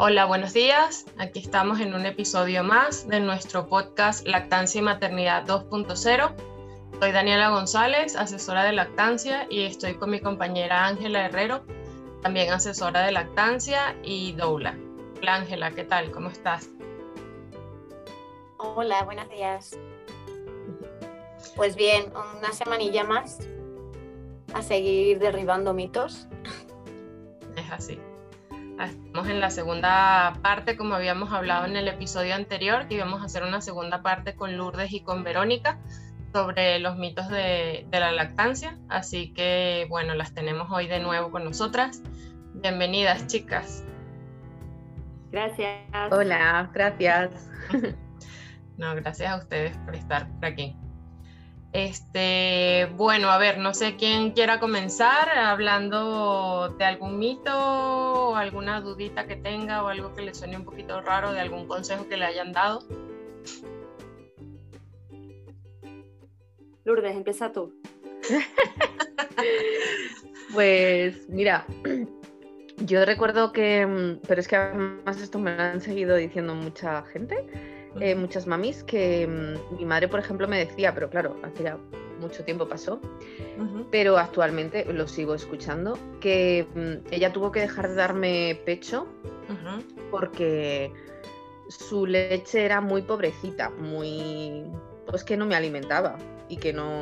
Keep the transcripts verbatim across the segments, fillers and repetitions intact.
Hola, buenos días. Aquí estamos en un episodio más de nuestro podcast Lactancia y Maternidad dos punto cero. Soy Daniela González, asesora de lactancia, y estoy con mi compañera Ángela Herrero, también asesora de lactancia y doula. Hola Ángela, ¿qué tal? ¿Cómo estás? Hola, buenos días. Pues bien, una semanilla más a seguir derribando mitos. Es así. Estamos en la segunda parte, como habíamos hablado en el episodio anterior, que íbamos a hacer una segunda parte con Lourdes y con Verónica sobre los mitos de, de la lactancia. Así que, bueno, las tenemos hoy de nuevo con nosotras. Bienvenidas, chicas. Gracias. Hola, gracias. No, gracias a ustedes por estar por aquí. Este, bueno, a ver, no sé quién quiera comenzar hablando de algún mito o alguna dudita que tenga o algo que le suene un poquito raro, de algún consejo que le hayan dado. Lourdes, empieza tú. Pues mira, yo recuerdo que, pero es que además esto me lo han seguido diciendo mucha gente, eh, muchas mamis, que um, mi madre, por ejemplo, me decía, pero claro, hace ya mucho tiempo pasó, uh-huh. pero actualmente lo sigo escuchando, que um, ella tuvo que dejar de darme pecho uh-huh. porque su leche era muy pobrecita, muy, pues que no me alimentaba y que no...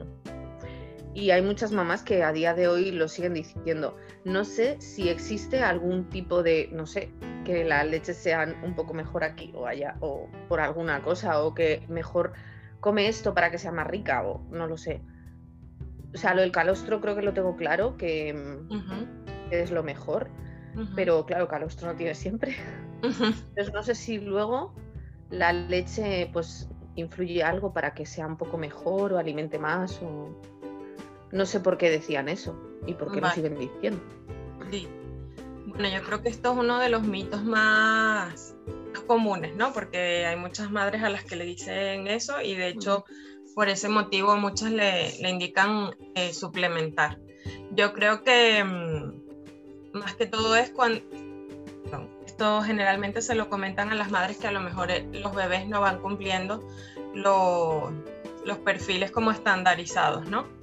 Y hay muchas mamás que a día de hoy lo siguen diciendo. No sé si existe algún tipo de, no sé, que la leche sea un poco mejor aquí o allá, o por alguna cosa, o que mejor come esto para que sea más rica, o no lo sé. O sea, lo del calostro creo que lo tengo claro, que, uh-huh. que es lo mejor, uh-huh. pero claro, calostro no tiene siempre. Uh-huh. Entonces no sé si luego la leche pues influye algo para que sea un poco mejor o alimente más, o... No sé por qué decían eso y por qué vale. Lo siguen diciendo. Sí. Bueno, yo creo que esto es uno de los mitos más, más comunes, ¿no? Porque hay muchas madres a las que le dicen eso y de hecho uh-huh. por ese motivo muchas le, le indican eh, suplementar. Yo creo que mmm, más que todo es cuando... No, esto generalmente se lo comentan a las madres que a lo mejor los bebés no van cumpliendo lo, los perfiles como estandarizados, ¿no?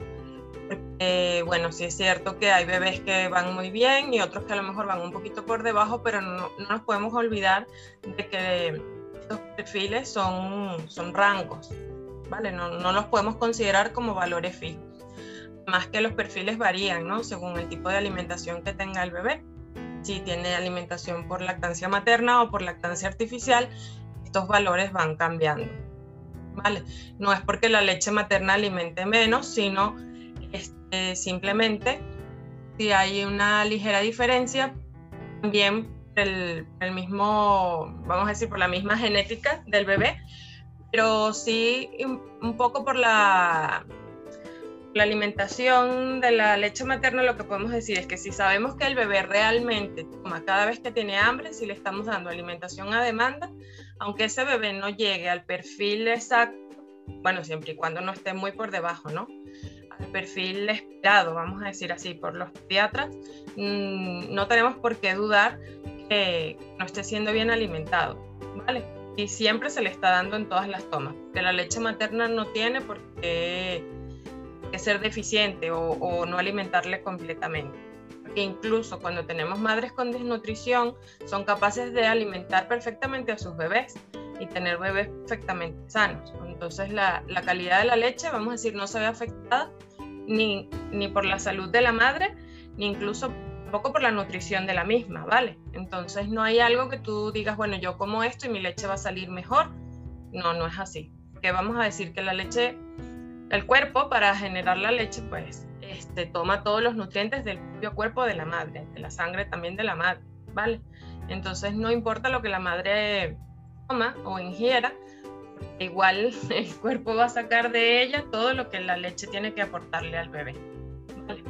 Eh, bueno, sí es cierto que hay bebés que van muy bien y otros que a lo mejor van un poquito por debajo, pero no, no nos podemos olvidar de que estos perfiles son, son rangos, ¿vale? No, no los podemos considerar como valores fijos. Más que los perfiles varían, ¿no? Según el tipo de alimentación que tenga el bebé. Si tiene alimentación por lactancia materna o por lactancia artificial, estos valores van cambiando, ¿vale? No es porque la leche materna alimente menos, sino Este, simplemente si hay una ligera diferencia también el, el mismo, vamos a decir, por la misma genética del bebé, pero sí un poco por la, la alimentación de la leche materna. Lo que podemos decir es que si sabemos que el bebé realmente toma cada vez que tiene hambre, si le estamos dando alimentación a demanda, aunque ese bebé no llegue al perfil exacto, bueno, siempre y cuando no esté muy por debajo, ¿no? El perfil esperado, vamos a decir así, por los pediatras, mmm, no tenemos por qué dudar que no esté siendo bien alimentado, ¿vale? Y siempre se le está dando en todas las tomas, que la leche materna no tiene por qué, que ser deficiente o, o no alimentarle completamente. Porque incluso cuando tenemos madres con desnutrición, son capaces de alimentar perfectamente a sus bebés y tener bebés perfectamente sanos. Entonces la, la calidad de la leche, vamos a decir, no se ve afectada Ni, ni por la salud de la madre, ni incluso tampoco por la nutrición de la misma, ¿vale? Entonces no hay algo que tú digas, bueno, yo como esto y mi leche va a salir mejor. No, no es así. Porque vamos a decir que la leche, el cuerpo para generar la leche, pues, este, toma todos los nutrientes del propio cuerpo de la madre, de la sangre también de la madre, ¿vale? Entonces no importa lo que la madre toma o ingiera, igual el cuerpo va a sacar de ella todo lo que la leche tiene que aportarle al bebé, ¿vale?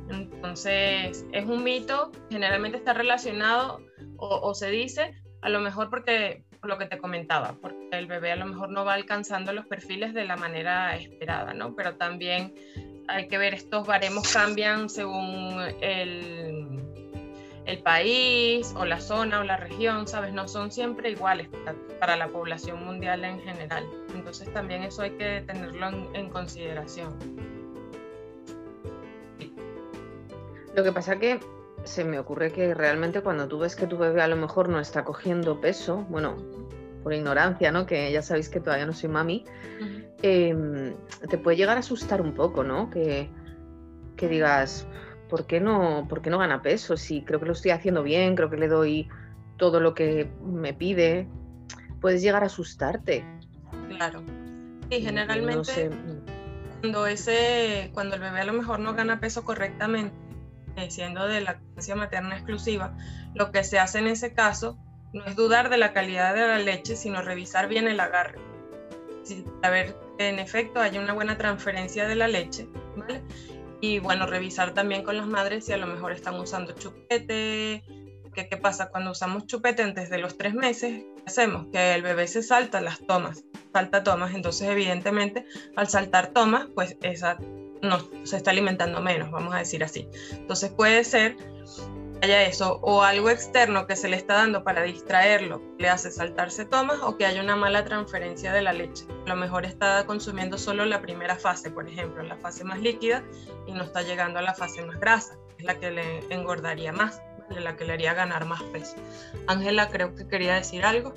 Entonces es un mito, generalmente está relacionado o, o se dice a lo mejor porque, por lo que te comentaba, porque el bebé a lo mejor no va alcanzando los perfiles de la manera esperada, ¿no? Pero también hay que ver, estos baremos cambian según el, el país o la zona o la región, ¿sabes? No son siempre iguales para, para la población mundial en general. Entonces también eso hay que tenerlo en, en consideración. Lo que pasa que se me ocurre que realmente cuando tú ves que tu bebé a lo mejor no está cogiendo peso, bueno, por ignorancia, ¿no? Que ya sabéis que todavía no soy mami, uh-huh. eh, te puede llegar a asustar un poco, ¿no? Que, que digas, ¿por qué no, por qué no gana peso? Si creo que lo estoy haciendo bien, creo que le doy todo lo que me pide, puedes llegar a asustarte. Claro. Y generalmente no sé. cuando, ese, cuando el bebé a lo mejor no gana peso correctamente, siendo de lactancia materna exclusiva, lo que se hace en ese caso no es dudar de la calidad de la leche, sino revisar bien el agarre. Si, a ver que en efecto haya una buena transferencia de la leche, ¿vale? Y bueno, revisar también con las madres si a lo mejor están usando chupete. ¿Qué, qué pasa? Cuando usamos chupete antes de los tres meses, ¿qué hacemos? Que el bebé se salta las tomas, salta tomas, entonces evidentemente al saltar tomas, pues esa no se está alimentando menos, vamos a decir así. Entonces puede ser que haya eso, o algo externo que se le está dando para distraerlo, le hace saltarse tomas, o que haya una mala transferencia de la leche. A lo mejor está consumiendo solo la primera fase, por ejemplo, la fase más líquida, y no está llegando a la fase más grasa, que es la que le engordaría más, ¿vale? La que le haría ganar más peso. Ángela, creo que quería decir algo.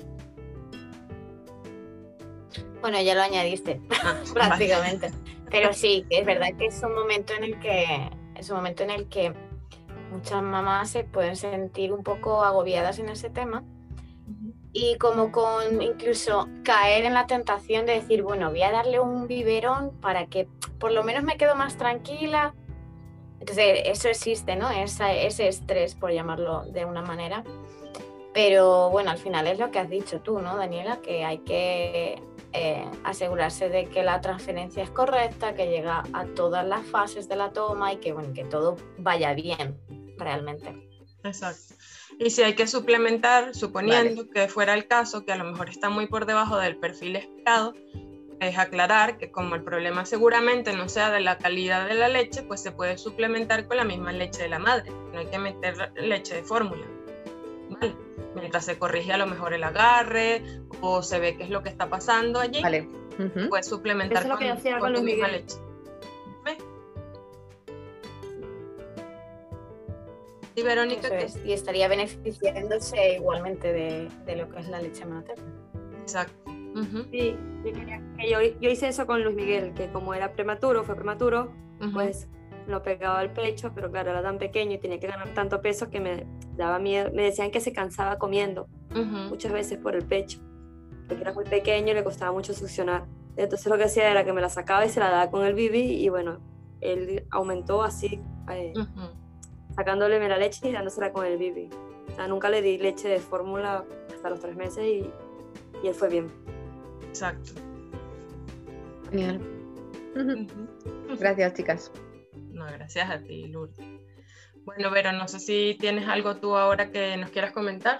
Bueno, ya lo añadiste, ah, prácticamente. Vale. Pero sí, es verdad que es un momento en el que es un momento en el que muchas mamás se pueden sentir un poco agobiadas en ese tema, uh-huh. y como con incluso caer en la tentación de decir, bueno, voy a darle un biberón para que por lo menos me quedo más tranquila. Entonces eso existe, ¿no? Esa, ese estrés, por llamarlo de una manera. Pero bueno, al final es lo que has dicho tú, ¿no, Daniela? Que hay que eh, asegurarse de que la transferencia es correcta, que llega a todas las fases de la toma y que, bueno, que todo vaya bien realmente. Exacto. Y si hay que suplementar, suponiendo vale. que fuera el caso, que a lo mejor está muy por debajo del perfil esperado, es aclarar que como el problema seguramente no sea de la calidad de la leche, pues se puede suplementar con la misma leche de la madre. No hay que meter leche de fórmula, ¿vale? Mientras se corrige a lo mejor el agarre o se ve qué es lo que está pasando allí, vale. uh-huh. puedes suplementar Eso con, es lo que yo con con tu misma Miguel. leche. ¿Ves? Y Verónica, ¿qué? Es. Y estaría beneficiándose igualmente de, de lo que es la leche materna. Exacto. Uh-huh. Sí, yo, quería que yo, yo hice eso con Luis Miguel, que como era prematuro, fue prematuro, uh-huh. pues lo pegaba al pecho, pero claro, era tan pequeño y tenía que ganar tanto peso que me daba miedo. Me decían que se cansaba comiendo, uh-huh. muchas veces por el pecho, porque era muy pequeño y le costaba mucho succionar. Entonces lo que hacía era que me la sacaba y se la daba con el bibi, y bueno, él aumentó así, eh, uh-huh. sacándole la leche y dándosela con el bibi. O sea, nunca le di leche de fórmula hasta los tres meses y, y él fue bien. Exacto. Genial. Uh-huh. Gracias, chicas. No, gracias a ti, Lourdes. Bueno, Vero, no sé si tienes algo tú ahora que nos quieras comentar.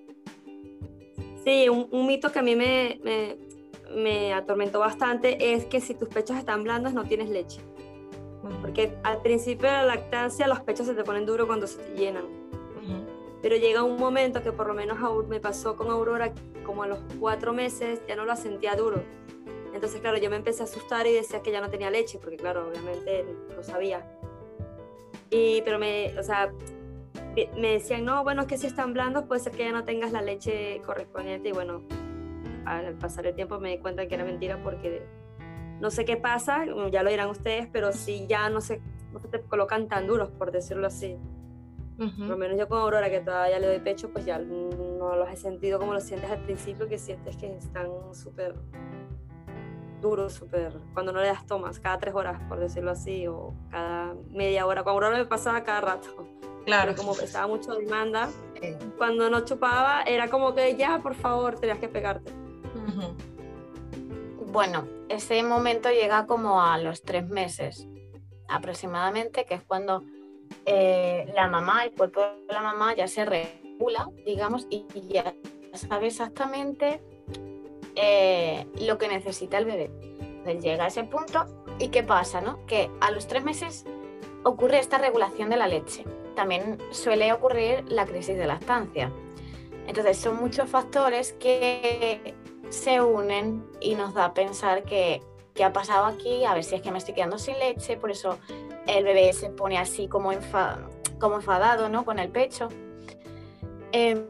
Sí, un, un mito que a mí me, me, me atormentó bastante es que si tus pechos están blandos no tienes leche. Uh-huh. Porque al principio de la lactancia los pechos se te ponen duros cuando se te llenan. Uh-huh. Pero llega un momento que por lo menos me pasó con Aurora, como a los cuatro meses ya no la sentía duro. Entonces, claro, yo me empecé a asustar y decía que ya no tenía leche, porque claro, obviamente lo sabía. Y, pero me, o sea, me decían, no, bueno, es que si están blandos puede ser que ya no tengas la leche correspondiente. Y bueno, al pasar el tiempo me di cuenta que era mentira, porque no sé qué pasa, ya lo dirán ustedes, pero sí ya no se, no se te colocan tan duros, por decirlo así. Uh-huh. Por lo menos yo con Aurora, que todavía le doy pecho, pues ya no los he sentido como los sientes al principio, que sientes que están súper duros, súper, cuando no le das tomas, cada tres horas, por decirlo así, o cada media hora. Con Aurora me pasaba cada rato. Claro. Pero como estaba mucho demanda, sí. Cuando no chupaba, era como que ya, por favor, tenías que pegarte. Uh-huh. Bueno, ese momento llega como a los tres meses aproximadamente, que es cuando eh, la mamá, el cuerpo de la mamá ya se regula, digamos, y, y ya sabe exactamente eh, lo que necesita el bebé. Entonces llega a ese punto y ¿qué pasa, no? Que a los tres meses ocurre esta regulación de la leche, también suele ocurrir la crisis de lactancia. Entonces son muchos factores que se unen y nos da a pensar que qué ha pasado aquí, a ver si es que me estoy quedando sin leche, por eso el bebé se pone así como, enfa como enfadado, ¿no? Con el pecho. Eh,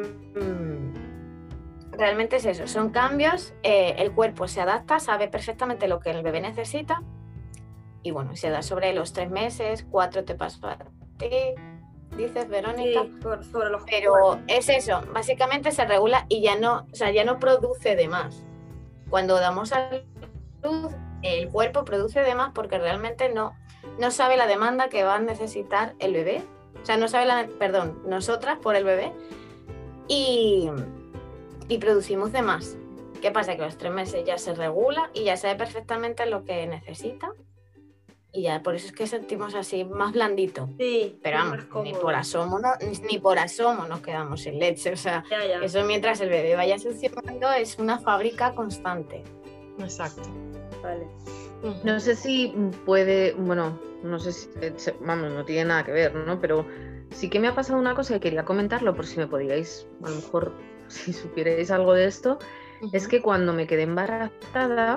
realmente es eso, son cambios, eh, el cuerpo se adapta, sabe perfectamente lo que el bebé necesita y bueno, se da sobre los tres meses, cuatro te pasó a ti, dices, Verónica. Sí, por, sobre los pero cuatro. es eso, básicamente se regula y ya no, o sea, ya no produce de más. Cuando damos a luz, el cuerpo produce de más porque realmente no, no sabe la demanda que va a necesitar el bebé, o sea, no sabe la, perdón, nosotras por el bebé y, y producimos de más. ¿Qué pasa? Que a los tres meses ya se regula y ya sabe perfectamente lo que necesita y ya por eso es que sentimos así más blandito. Sí, pero vamos, ni por asomo no, ni por asomo nos quedamos sin leche, o sea, ya, ya. eso mientras el bebé vaya succionando es una fábrica constante. Exacto. Vale. No sé si puede, bueno, no sé si, vamos, no tiene nada que ver, ¿no? Pero sí que me ha pasado una cosa y quería comentarlo por si me podíais, a lo mejor, si supierais algo de esto, uh-huh. Es que cuando me quedé embarazada,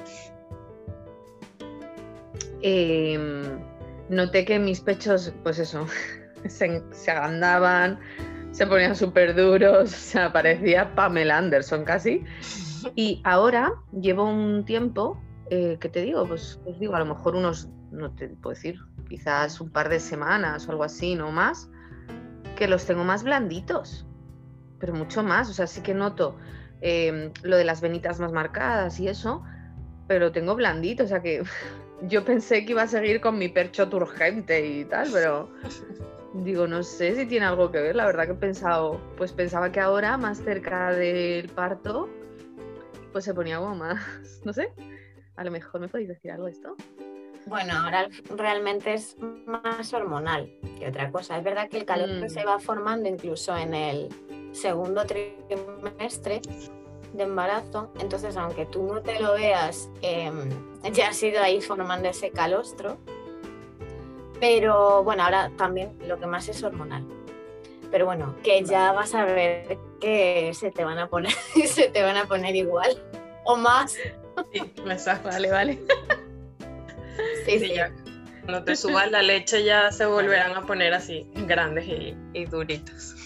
eh, noté que mis pechos, pues eso, se, se agrandaban, se ponían súper duros, o sea, parecía Pamela Anderson casi. Y ahora llevo un tiempo, eh, ¿qué te digo? Pues os digo, a lo mejor unos, no te puedo decir, quizás un par de semanas o algo así, no más, que los tengo más blanditos, pero mucho más, o sea, sí que noto eh, lo de las venitas más marcadas y eso, pero tengo blandito, o sea que yo pensé que iba a seguir con mi percho turgente y tal, pero digo, no sé si tiene algo que ver, la verdad que he pensado, pues pensaba que ahora, más cerca del parto, pues se ponía como más, no sé, a lo mejor me podéis decir algo de esto. Bueno, ahora realmente es más hormonal que otra cosa. Es verdad que el calor mm. se va formando incluso en el segundo trimestre de embarazo, entonces aunque tú no te lo veas, eh, ya ha sido ahí formando ese calostro, pero bueno, ahora también lo que más es hormonal. Pero bueno, que ya vas a ver que se te van a poner, se te van a poner igual o más. Sí, exacto. Vale, vale. Sí, sí, sí. Ya. Cuando te subas la leche ya se volverán a poner así, grandes y, y duritos.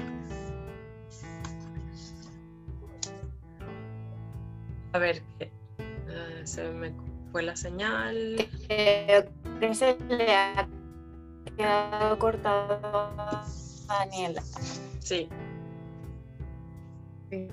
A ver, uh, se me fue la señal. Eh, que se le ha quedado cortado a Daniela. Sí. Sí.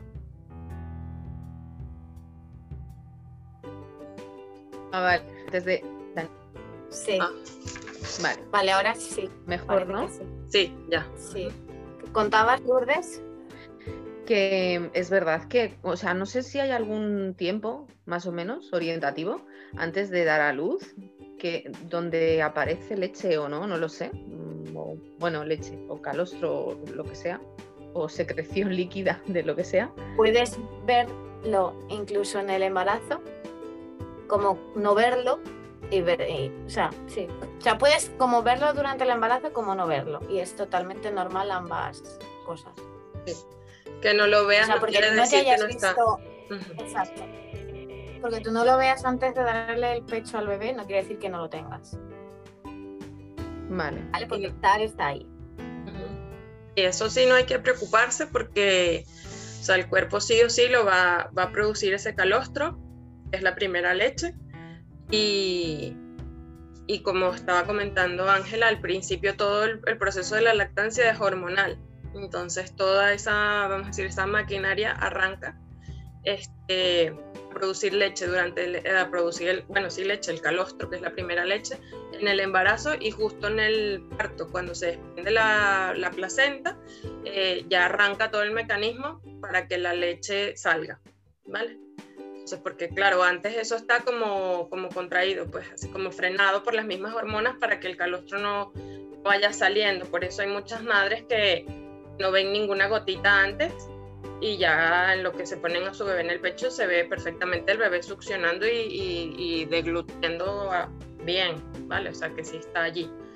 Ah, vale, desde... Sí. Ah. Vale. Vale, ahora sí. Mejor, ¿no? Sí. sí, ya. Sí. ¿Contabas, Lourdes? Que es verdad que, o sea, no sé si hay algún tiempo, más o menos, orientativo, antes de dar a luz, que donde aparece leche o no, no lo sé. O, bueno, leche o calostro o lo que sea, o secreción líquida de lo que sea. Puedes verlo incluso en el embarazo, como no verlo y ver, y, o sea, sí. O sea, puedes como verlo durante el embarazo como no verlo, y es totalmente normal ambas cosas. Sí. Que no lo veas, o sea, no porque quiere no decir te hayas que no visto... está. Uh-huh. Exacto. Porque tú no lo veas antes de darle el pecho al bebé, no quiere decir que no lo tengas. Vale. Vale, porque estar está ahí. Uh-huh. Y eso sí no hay que preocuparse porque, o sea, el cuerpo sí o sí lo va, va a producir ese calostro, que es la primera leche. Y, y como estaba comentando Ángela, al principio todo el, el proceso de la lactancia es hormonal. Entonces toda esa, vamos a decir, esa maquinaria arranca este, a producir leche durante el, a producir el, bueno, sí, leche, el calostro, que es la primera leche, en el embarazo y justo en el parto, cuando se desprende la, la placenta, eh, ya arranca todo el mecanismo para que la leche salga, ¿vale? Entonces, porque claro, antes eso está como, como contraído, pues así como frenado por las mismas hormonas para que el calostro no vaya saliendo. Por eso hay muchas madres que no ven ninguna gotita antes y ya en lo que se ponen a su bebé en el pecho se ve perfectamente el bebé succionando y, y, y deglutiendo bien, ¿vale? O sea que sí está allí.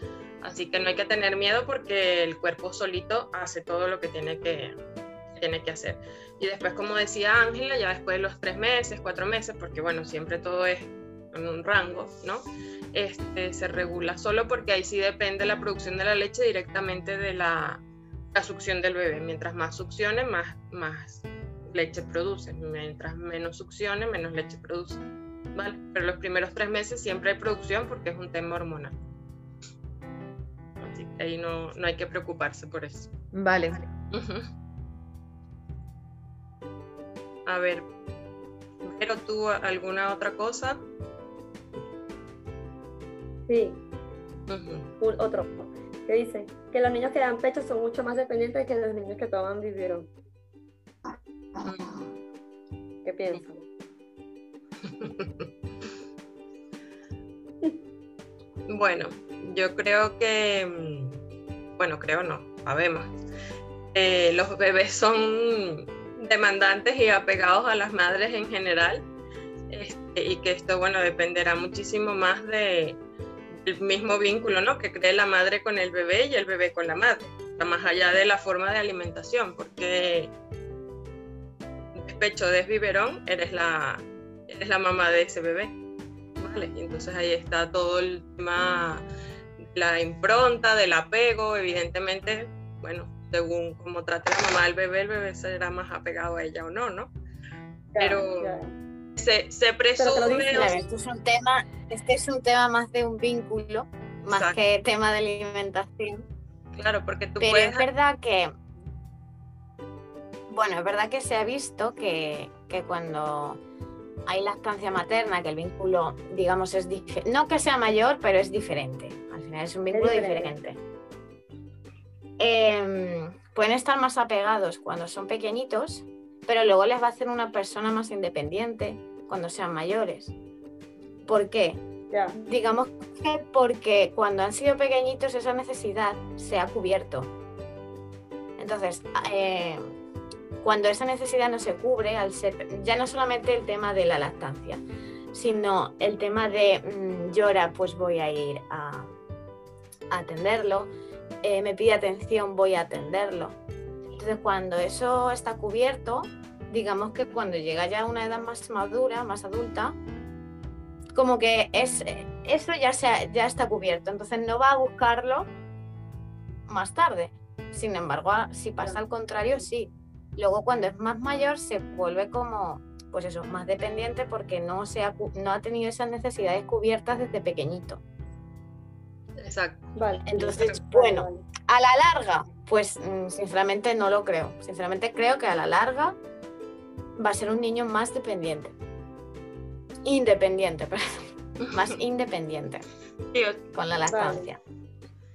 Así que no hay que tener miedo porque el cuerpo solito hace todo lo que tiene que, tiene que hacer. Y después, como decía Ángela, ya después de los tres meses, cuatro meses, porque bueno, siempre todo es en un rango, ¿no? Este, se regula solo porque ahí sí depende la producción de la leche directamente de la, la succión del bebé. Mientras más succione, más, más leche produce. Mientras menos succione, menos leche produce. ¿Vale? Pero los primeros tres meses siempre hay producción porque es un tema hormonal. Así que ahí no, no hay que preocuparse por eso. Vale. Uh-huh. A ver, ¿pero tú alguna otra cosa? Sí. Uh-huh. Un, otro que dice que los niños que dan pecho son mucho más dependientes que los niños que toman biberón. Uh-huh. ¿Qué piensan? Bueno, yo creo que, bueno, creo no, sabemos, eh, los bebés son demandantes y apegados a las madres en general, este, y que esto, bueno, dependerá muchísimo más de, del mismo vínculo, ¿no?, que cree la madre con el bebé y el bebé con la madre, más allá de la forma de alimentación, porque despecho, des biberón, eres la, eres la mamá de ese bebé. Vale, y entonces ahí está todo el tema, la impronta del apego, evidentemente, bueno, según cómo trate la mamá del bebé, el bebé será más apegado a ella o no, ¿no? Pero ya, ya. Se, se presume... Pero claro, esto es un tema, este es un tema más de un vínculo, más Exacto. que tema de alimentación. Claro, porque tú Pero puedes... es verdad que, bueno, es verdad que se ha visto que, que cuando hay lactancia materna, que el vínculo, digamos, es diferente, no que sea mayor, pero es diferente, al final es un vínculo es diferente. diferente. Eh, pueden estar más apegados cuando son pequeñitos, pero luego les va a hacer una persona más independiente cuando sean mayores. ¿Por qué? Yeah. Digamos que porque cuando han sido pequeñitos esa necesidad se ha cubierto. Entonces, eh, cuando esa necesidad no se cubre, al ser, ya no solamente el tema de la lactancia, sino el tema de mmm, llora, pues voy a ir a, a atenderlo, eh, me pide atención, voy a atenderlo. Entonces, cuando eso está cubierto, digamos que cuando llega ya a una edad más madura, más adulta, como que es, eso ya, se ha, ya está cubierto, entonces no va a buscarlo más tarde. Sin embargo, si pasa al contrario, sí. Luego, cuando es más mayor, se vuelve como, pues eso, más dependiente porque no, se ha, no ha tenido esas necesidades cubiertas desde pequeñito. Exacto. Vale. Entonces, bueno, vale, vale. A la larga, pues sinceramente no lo creo. Sinceramente creo que a la larga va a ser un niño más dependiente. Independiente, perdón. Más independiente. Sí, con la lactancia. Vale.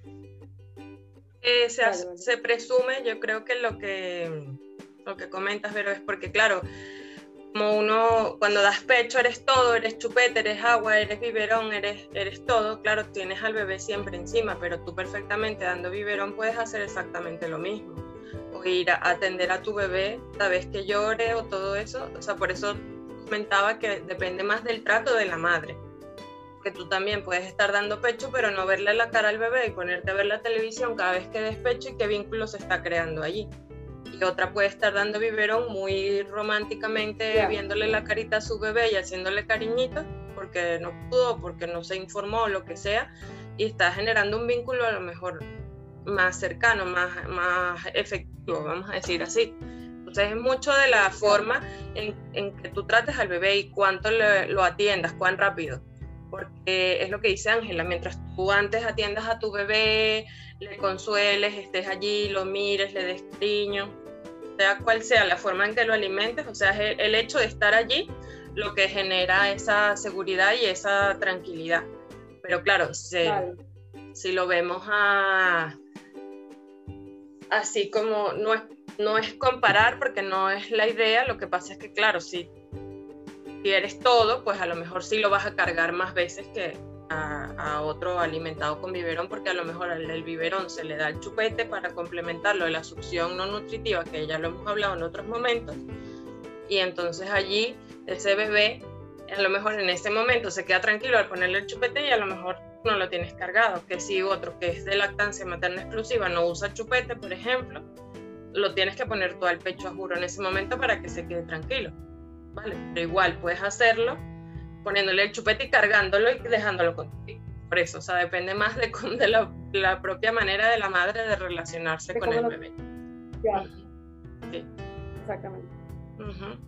Eh, se, vale, vale. se presume, yo creo que lo que lo que comentas, Vero, es porque claro, como uno cuando das pecho eres todo, eres chupete, eres agua, eres biberón, eres, eres todo, claro, tienes al bebé siempre encima, pero tú perfectamente dando biberón puedes hacer exactamente lo mismo, o ir a atender a tu bebé cada vez que llore o todo eso, o sea, por eso comentaba que depende más del trato de la madre. Que tú también puedes estar dando pecho, pero no verle la cara al bebé y ponerte a ver la televisión cada vez que des pecho y qué vínculo se está creando allí. Y otra puede estar dando biberón muy románticamente, yeah. viéndole la carita a su bebé y haciéndole cariñitos porque no pudo, porque no se informó, lo que sea, y está generando un vínculo a lo mejor más cercano, más, más efectivo, vamos a decir así. Entonces es mucho de la forma en, en que tú trates al bebé y cuánto le, lo atiendas, cuán rápido. Porque es lo que dice Ángela, mientras tú antes atiendas a tu bebé, le consueles, estés allí, lo mires, le des cariño, sea cual sea la forma en que lo alimentes, o sea, es el, el hecho de estar allí lo que genera esa seguridad y esa tranquilidad. Pero claro, se, vale. si lo vemos a, así como, no es, no es comparar porque no es la idea, lo que pasa es que claro, si Si eres todo, pues a lo mejor sí lo vas a cargar más veces que a, a otro alimentado con biberón, porque a lo mejor al del biberón se le da el chupete para complementarlo de la succión no nutritiva, que ya lo hemos hablado en otros momentos, y entonces allí ese bebé, a lo mejor en ese momento se queda tranquilo al ponerle el chupete y a lo mejor no lo tienes cargado, que si otro que es de lactancia materna exclusiva no usa chupete, por ejemplo, lo tienes que poner todo al pecho a juro en ese momento para que se quede tranquilo, ¿vale? Pero igual puedes hacerlo poniéndole el chupete y cargándolo y dejándolo contigo. Por eso, o sea, depende más de, de la, la propia manera de la madre de relacionarse de con el lo... bebé. Ya. Uh-huh. Sí. Exactamente. Uh-huh.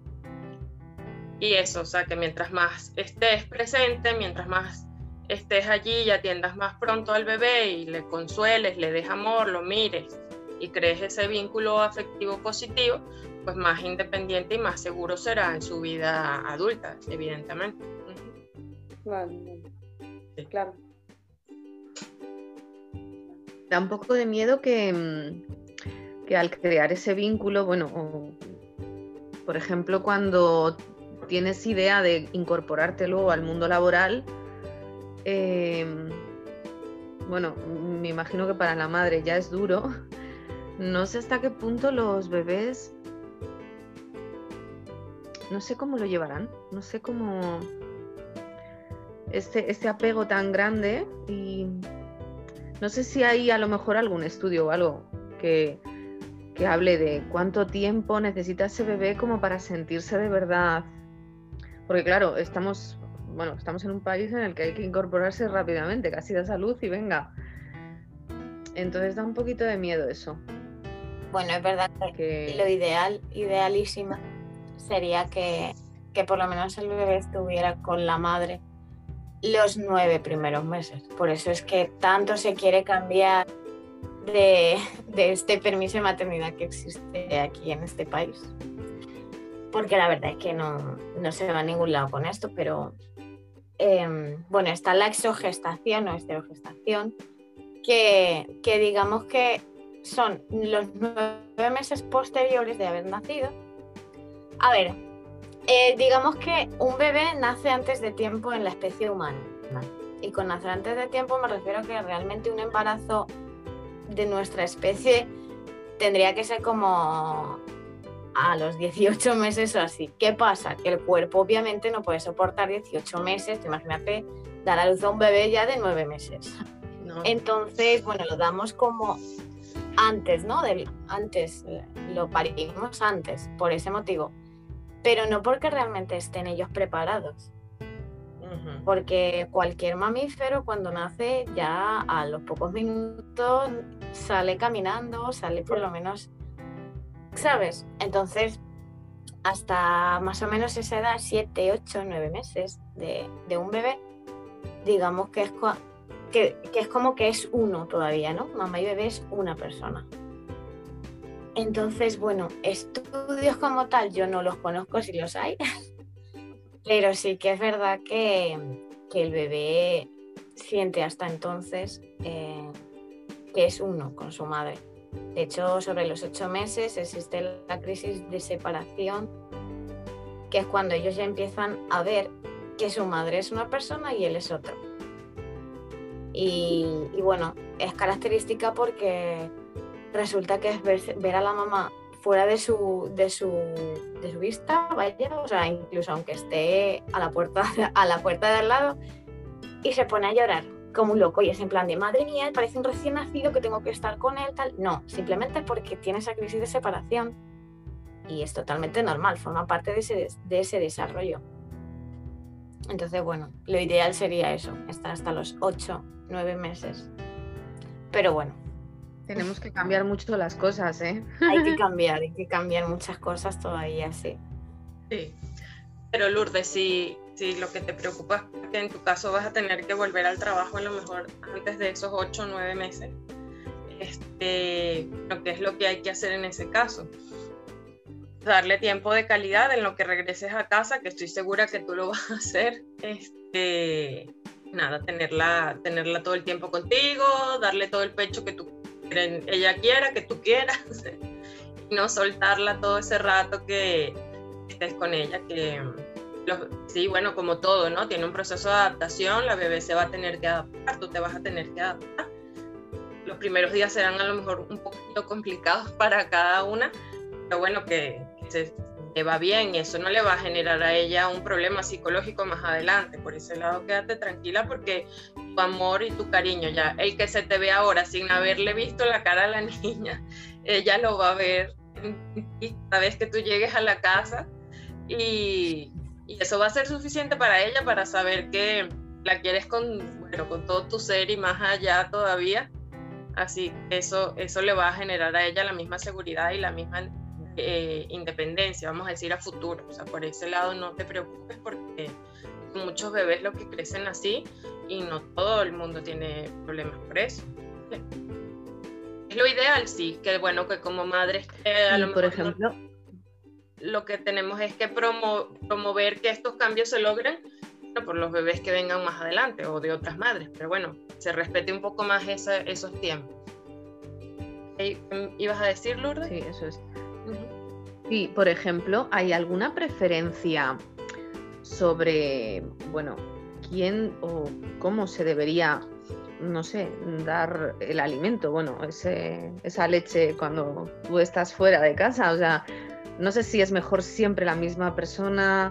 Y eso, o sea, que mientras más estés presente, mientras más estés allí y atiendas más pronto al bebé y le consueles, le des amor, lo mires y crees ese vínculo afectivo positivo, pues más independiente y más seguro será en su vida adulta, evidentemente. Uh-huh. Vale, vale. Sí. Claro. Da un poco de miedo que, que al crear ese vínculo, bueno, o, por ejemplo, cuando tienes idea de incorporarte luego al mundo laboral, eh, bueno, me imagino que para la madre ya es duro. No sé hasta qué punto los bebés, no sé cómo lo llevarán, no sé cómo este, este apego tan grande, y no sé si hay a lo mejor algún estudio o algo que, que hable de cuánto tiempo necesita ese bebé como para sentirse de verdad. Porque claro, estamos, bueno, estamos en un país en el que hay que incorporarse rápidamente, casi da salud y venga. Entonces da un poquito de miedo eso. Bueno, es verdad que, que... lo ideal, idealísimo, sería que, que por lo menos el bebé estuviera con la madre los nueve primeros meses. Por eso es que tanto se quiere cambiar de, de este permiso de maternidad que existe aquí en este país. Porque la verdad es que no, no se va a ningún lado con esto, pero eh, bueno, está la exogestación o esterogestación, que, que digamos que son los nueve meses posteriores de haber nacido. A ver, eh, digamos que un bebé nace antes de tiempo en la especie humana. Y con nacer antes de tiempo me refiero a que realmente un embarazo de nuestra especie tendría que ser como a los dieciocho meses o así. ¿Qué pasa? Que el cuerpo obviamente no puede soportar dieciocho meses. Imagínate dar a luz a un bebé ya de nueve meses. No. Entonces, bueno, lo damos como antes, ¿no? Del, antes, lo parimos antes, por ese motivo. Pero no porque realmente estén ellos preparados. Uh-huh. Porque cualquier mamífero cuando nace ya a los pocos minutos sale caminando, sale por lo menos, ¿sabes? Entonces, hasta más o menos esa edad, siete, ocho, nueve meses de, de un bebé, digamos que es, que, que es como que es uno todavía, ¿no? Mamá y bebé es una persona. Entonces, bueno, estudios como tal yo no los conozco, si los hay, pero sí que es verdad que, que el bebé siente hasta entonces eh, que es uno con su madre. De hecho, sobre los ocho meses existe la crisis de separación, que es cuando ellos ya empiezan a ver que su madre es una persona y él es otro. Y, y bueno, es característica porque resulta que es ver, ver a la mamá fuera de su, de, su, de su vista, vaya, o sea, incluso aunque esté a la puerta, a la puerta de al lado, y se pone a llorar como un loco, y es en plan de, madre mía, parece un recién nacido que tengo que estar con él, tal. No, simplemente porque tiene esa crisis de separación y es totalmente normal, forma parte de ese, de ese desarrollo. Entonces, bueno, lo ideal sería eso, estar hasta los ocho, nueve meses. Pero bueno. Tenemos que cambiar mucho las cosas, ¿eh? Hay que cambiar, hay que cambiar muchas cosas todavía, sí. Sí, pero Lourdes, si, si lo que te preocupa es que en tu caso vas a tener que volver al trabajo a lo mejor antes de esos ocho o nueve meses, este, lo que es lo que hay que hacer en ese caso. Darle tiempo de calidad en lo que regreses a casa, que estoy segura que tú lo vas a hacer. Este, nada, tenerla, tenerla todo el tiempo contigo, darle todo el pecho que tú ella quiera, que tú quieras, y no soltarla todo ese rato que estés con ella, que los, sí, bueno, como todo, ¿no? Tiene un proceso de adaptación, la bebé se va a tener que adaptar, tú te vas a tener que adaptar. Los primeros días serán a lo mejor un poquito complicados para cada una, pero bueno, que, que se lleva bien y eso no le va a generar a ella un problema psicológico más adelante. Por ese lado, quédate tranquila porque tu amor y tu cariño. Ya el que se te ve ahora sin haberle visto la cara a la niña, ella lo va a ver cada vez que tú llegues a la casa, y, y eso va a ser suficiente para ella para saber que la quieres con, bueno, con todo tu ser y más allá todavía. Así que eso, eso le va a generar a ella la misma seguridad y la misma eh, independencia, vamos a decir, a futuro. O sea, por ese lado no te preocupes, porque muchos bebés lo que crecen así y no todo el mundo tiene problemas por eso. Es lo ideal, sí, que bueno, que como madres que a lo por mejor ejemplo, no, lo que tenemos es que promo, promover que estos cambios se logren, bueno, por los bebés que vengan más adelante o de otras madres, pero bueno, se respete un poco más esa, esos tiempos. ¿Ibas a decir, Lourdes? Sí, eso es. Uh-huh. Sí, por ejemplo, ¿hay alguna preferencia sobre, bueno, quién o cómo se debería, no sé, dar el alimento? Bueno, ese, esa leche cuando tú estás fuera de casa, o sea, no sé si es mejor siempre la misma persona,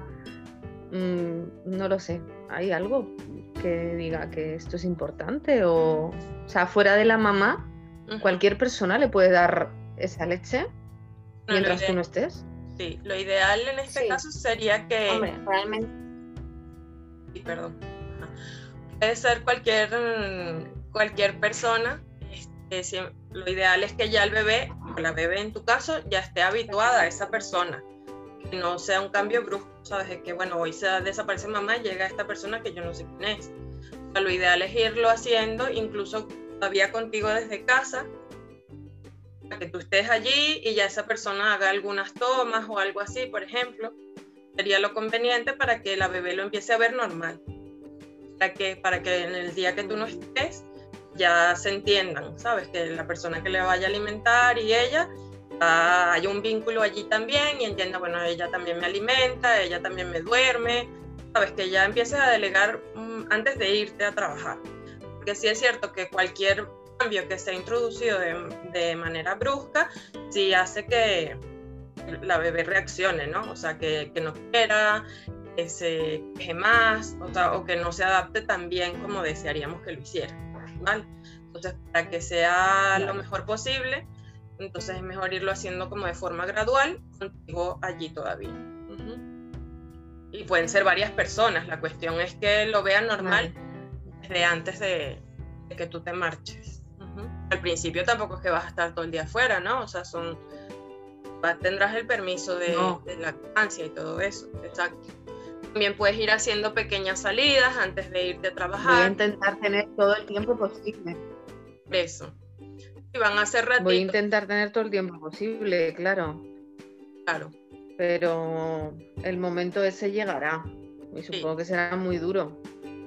mmm, no lo sé. ¿Hay algo que diga que esto es importante? O, o sea, fuera de la mamá, uh-huh, ¿cualquier persona le puede dar esa leche no, mientras tú no estés? Sí, lo ideal en este sí. caso sería que... Hombre, realmente... Sí, perdón. Puede ser cualquier, cualquier persona. Este, lo ideal es que ya el bebé, o la bebé en tu caso, ya esté habituada a esa persona. Que no sea un cambio brusco, ¿sabes? De que, bueno, hoy se desaparece mamá y llega esta persona que yo no sé quién es. O sea, lo ideal es irlo haciendo, incluso todavía contigo desde casa, para que tú estés allí y ya esa persona haga algunas tomas o algo así, por ejemplo. Sería lo conveniente para que la bebé lo empiece a ver normal. Para que, para que en el día que tú no estés ya se entiendan, ¿sabes? Que la persona que le vaya a alimentar y ella, ah, hay un vínculo allí también y entienda, bueno, ella también me alimenta, ella también me duerme, ¿sabes? Que ya empieces a delegar um, antes de irte a trabajar. Porque sí es cierto que cualquier cambio que se ha introducido de, de manera brusca, sí hace que la bebé reaccione, ¿no? O sea, que, que no quiera, que se queje más, o, sea, o que no se adapte tan bien como desearíamos que lo hiciera, ¿vale? Entonces, para que sea lo mejor posible, entonces es mejor irlo haciendo como de forma gradual, contigo allí todavía. Uh-huh. Y pueden ser varias personas, la cuestión es que lo vean normal desde antes de, de que tú te marches. Uh-huh. Al principio tampoco es que vas a estar todo el día afuera, ¿no? O sea, son... tendrás el permiso de, no. de lactancia y todo eso, exacto. También puedes ir haciendo pequeñas salidas antes de irte a trabajar. Voy a intentar tener todo el tiempo posible. Eso. Y van a hacer ratitos. Voy a intentar tener todo el tiempo posible, claro. Claro. Pero el momento ese llegará. Y supongo sí. que será muy duro.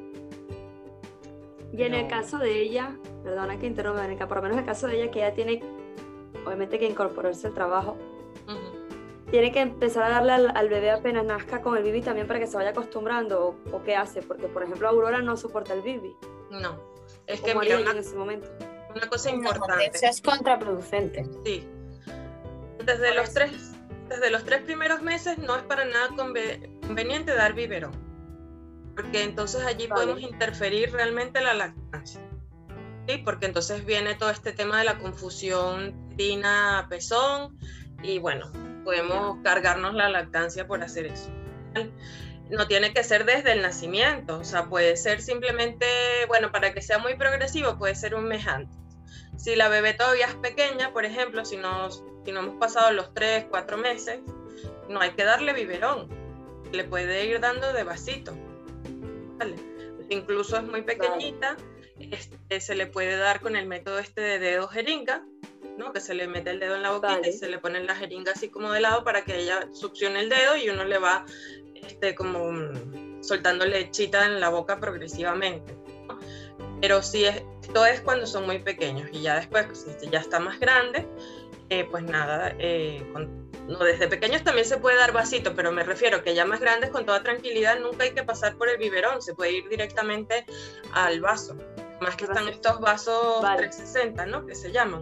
Y Pero... en el caso de ella, perdona que interrumpa, en el, por lo menos en el caso de ella, que ella tiene, obviamente, que incorporarse al trabajo. Uh-huh. Tiene que empezar a darle al, al bebé apenas nazca con el bibi también para que se vaya acostumbrando, o, o qué hace, porque por ejemplo Aurora no soporta el bibi. No, es que mira una, en ese momento. Una cosa importante. Eso es contraproducente. Sí. Desde los tres, desde los tres primeros meses no es para nada conveniente dar biberón, porque entonces allí vale. podemos interferir realmente la lactancia. Sí, porque entonces viene todo este tema de la confusión tina-pezón y bueno, podemos cargarnos la lactancia por hacer eso. No tiene que ser desde el nacimiento, o sea, puede ser simplemente, bueno, para que sea muy progresivo, puede ser un mes antes. Si la bebé todavía es pequeña, por ejemplo, si no, si no hemos pasado los tres, cuatro meses, no hay que darle biberón, le puede ir dando de vasito, ¿vale? Incluso es muy pequeñita, vale. este, se le puede dar con el método este de dedo jeringa, ¿no? Que se le mete el dedo en la boquita vale. y se le pone la jeringa así como de lado para que ella succione el dedo y uno le va este, como soltando lechita en la boca progresivamente, ¿no? Pero sí, es, esto es cuando son muy pequeños y ya después, si ya está más grande, eh, pues nada, eh, con, no, desde pequeños también se puede dar vasito, pero me refiero que ya más grandes con toda tranquilidad nunca hay que pasar por el biberón, se puede ir directamente al vaso, más que están estos vasos vale. trescientos sesenta, ¿no? Que se llaman.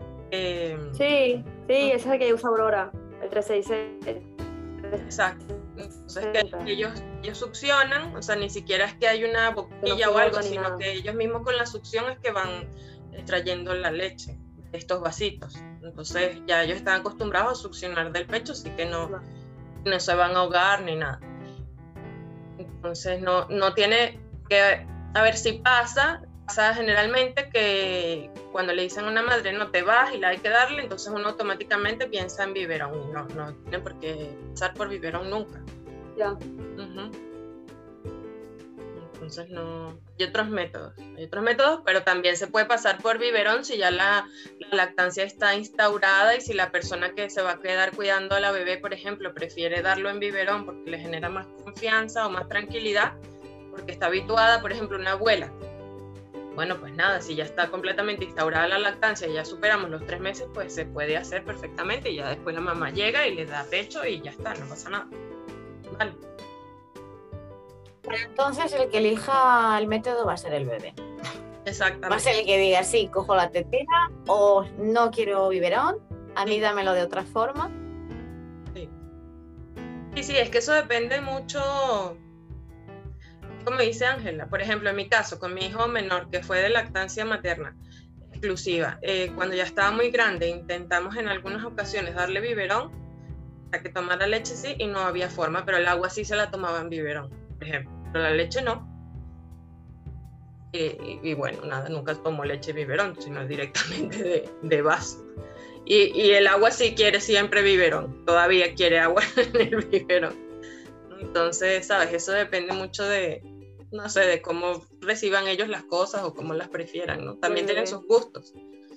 Eh, sí, sí, ese es el que usa Aurora, el trescientos sesenta y seis. Exacto. Entonces que ellos, ellos succionan, o sea, ni siquiera es que hay una boquilla no o algo, sino nada. Que ellos mismos con la succión es que van extrayendo la leche de estos vasitos. Entonces ya ellos están acostumbrados a succionar del pecho, así que no, no. no se van a ahogar ni nada. Entonces no, no tiene que, a ver si pasa, pasa generalmente que cuando le dicen a una madre no te vas y la hay que darle, entonces uno automáticamente piensa en biberón, no, no tiene por qué pasar por biberón nunca. Ya. Uh-huh. Entonces no, hay otros métodos, hay otros métodos, pero también se puede pasar por biberón si ya la, la lactancia está instaurada y si la persona que se va a quedar cuidando a la bebé, por ejemplo, prefiere darlo en biberón porque le genera más confianza o más tranquilidad, porque está habituada, por ejemplo, una abuela. Bueno, pues nada, si ya está completamente instaurada la lactancia y ya superamos los tres meses, pues se puede hacer perfectamente y ya después la mamá llega y le da pecho y ya está, no pasa nada. Vale. Pero entonces el que elija el método va a ser el bebé. Exactamente. Va a ser el que diga, sí, cojo la tetera o no quiero biberón, a mí dámelo de otra forma. Sí, sí, sí, es que eso depende mucho, como dice Ángela. Por ejemplo, en mi caso, con mi hijo menor, que fue de lactancia materna exclusiva, eh, cuando ya estaba muy grande, intentamos en algunas ocasiones darle biberón, para que tomara leche sí, y no había forma, pero el agua sí se la tomaba en biberón, por ejemplo, pero la leche no. Y, y, y bueno, nada, nunca tomó leche biberón, sino directamente de, de vaso. Y, y el agua sí quiere siempre biberón, todavía quiere agua en el biberón. Entonces, ¿sabes? Eso depende mucho de, no sé, de cómo reciban ellos las cosas o cómo las prefieran, ¿no? También tienen sus gustos.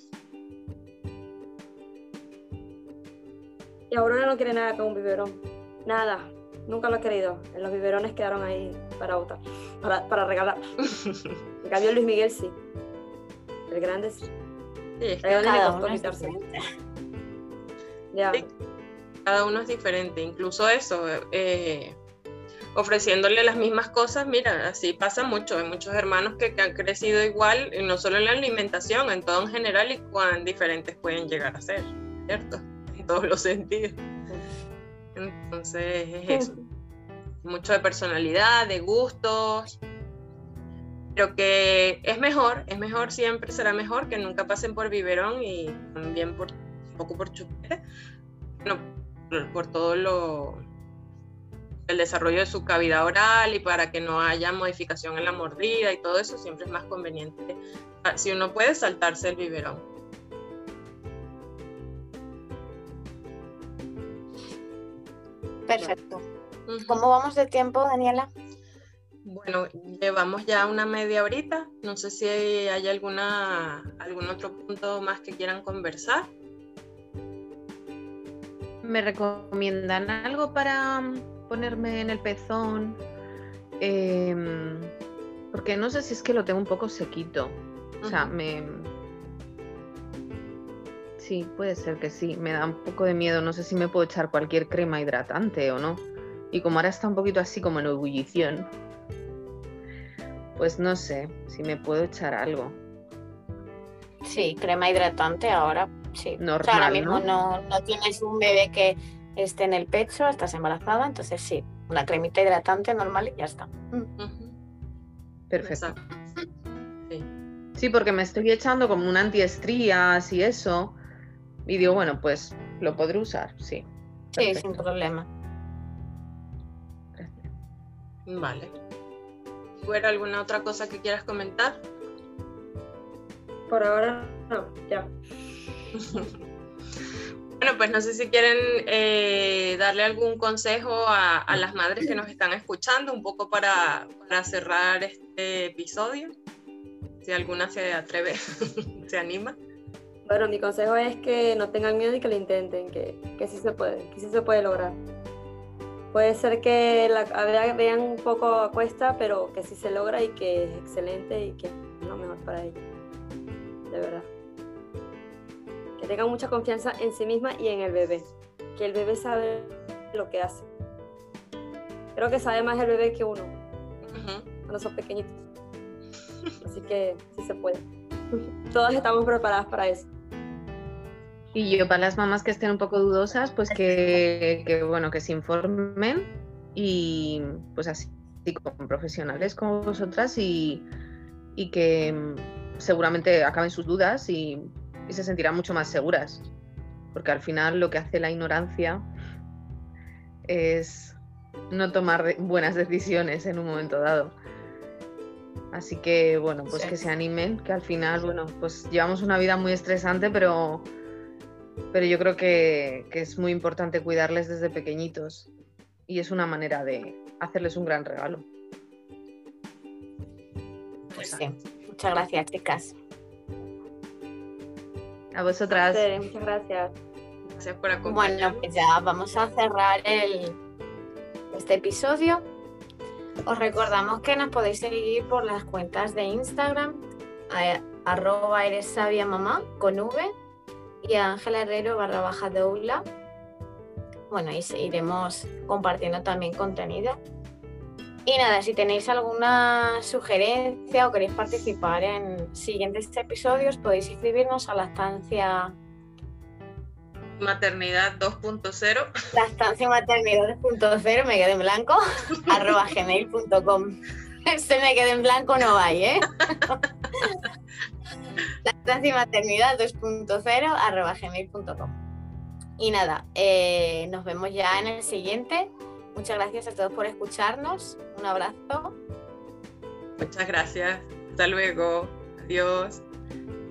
Y Aurora no quiere nada con un biberón, nada. Nunca lo he querido. Los biberones quedaron ahí para otra, para, para regalar. En cambio Luis Miguel sí. El grande sí. Sí, es que cada uno es diferente. Ya. Sí, cada uno es diferente. Incluso eso, eh, ofreciéndole las mismas cosas, mira, así pasa mucho. Hay muchos hermanos que, que han crecido igual, y no solo en la alimentación, en todo en general, y cuán diferentes pueden llegar a ser, ¿cierto? En todos los sentidos. Entonces es eso, mucho de personalidad, de gustos, pero que es mejor, es mejor, siempre será mejor que nunca pasen por biberón y también por un poco por chupete, no, por, por todo lo el desarrollo de su cavidad oral y para que no haya modificación en la mordida y todo eso, siempre es más conveniente, si uno puede, saltarse el biberón. Perfecto. ¿Cómo vamos de tiempo, Daniela? Bueno, llevamos ya una media horita. No sé si hay alguna, algún otro punto más que quieran conversar. ¿Me recomiendan algo para ponerme en el pezón? Eh, porque no sé si es que lo tengo un poco sequito. O sea, uh-huh. me... Sí, puede ser que sí, me da un poco de miedo, no sé si me puedo echar cualquier crema hidratante o no. Y como ahora está un poquito así como en ebullición, pues no sé si me puedo echar algo. Sí, crema hidratante ahora, sí. Normal, o sea, ahora mismo ¿no? No, no tienes un bebé que esté en el pecho, estás embarazada, entonces sí, una cremita hidratante normal y ya está. Uh-huh. Perfecto. Sí. Sí, porque me estoy echando como un antiestrías y eso. Y digo, bueno, pues lo podré usar, sí. Perfecto. Sí, sin problema. Gracias. Vale. ¿Fuera alguna otra cosa que quieras comentar? Por ahora no, ya. Bueno, pues no sé si quieren eh, darle algún consejo a, a las madres que nos están escuchando, un poco para, para cerrar este episodio. Si alguna se atreve, se anima. Bueno, mi consejo es que no tengan miedo y que lo intenten, que, que sí se puede, que sí se puede lograr. Puede ser que la vean un poco a cuesta, pero que sí se logra y que es excelente y que es lo mejor para ella. De verdad. Que tengan mucha confianza en sí misma y en el bebé. Que el bebé sabe lo que hace. Creo que sabe más el bebé que uno. Uh-huh. Cuando son pequeñitos. Así que sí se puede. Todas estamos preparadas para eso. Y yo, para las mamás que estén un poco dudosas, pues que, que bueno, que se informen y pues así con profesionales como vosotras y, y que seguramente acaben sus dudas y, y se sentirán mucho más seguras, porque al final lo que hace la ignorancia es no tomar buenas decisiones en un momento dado. Así que bueno, pues sí, que se animen, que al final, bueno, pues llevamos una vida muy estresante, pero, pero yo creo que, que es muy importante cuidarles desde pequeñitos y es una manera de hacerles un gran regalo. Pues sí, muchas gracias, chicas. A vosotras. Sí, muchas gracias. Gracias por acompañarnos. Bueno, pues ya vamos a cerrar el, este episodio. Os recordamos que nos podéis seguir por las cuentas de Instagram, a, arroba eres sabia mamá con V y a Ángela Herrero barra baja doula. Bueno, y seguiremos compartiendo también contenido. Y nada, si tenéis alguna sugerencia o queréis participar en siguientes episodios, podéis inscribirnos a Lactancia Maternidad dos punto cero. Lactancia Maternidad dos punto cero, me quedé en blanco, arroba gmail punto com. Se me quedé en blanco, no hay, ¿eh? Lactancia Maternidad dos punto cero, arroba gmail punto com. Y nada, eh, nos vemos ya en el siguiente. Muchas gracias a todos por escucharnos. Un abrazo. Muchas gracias. Hasta luego. Adiós.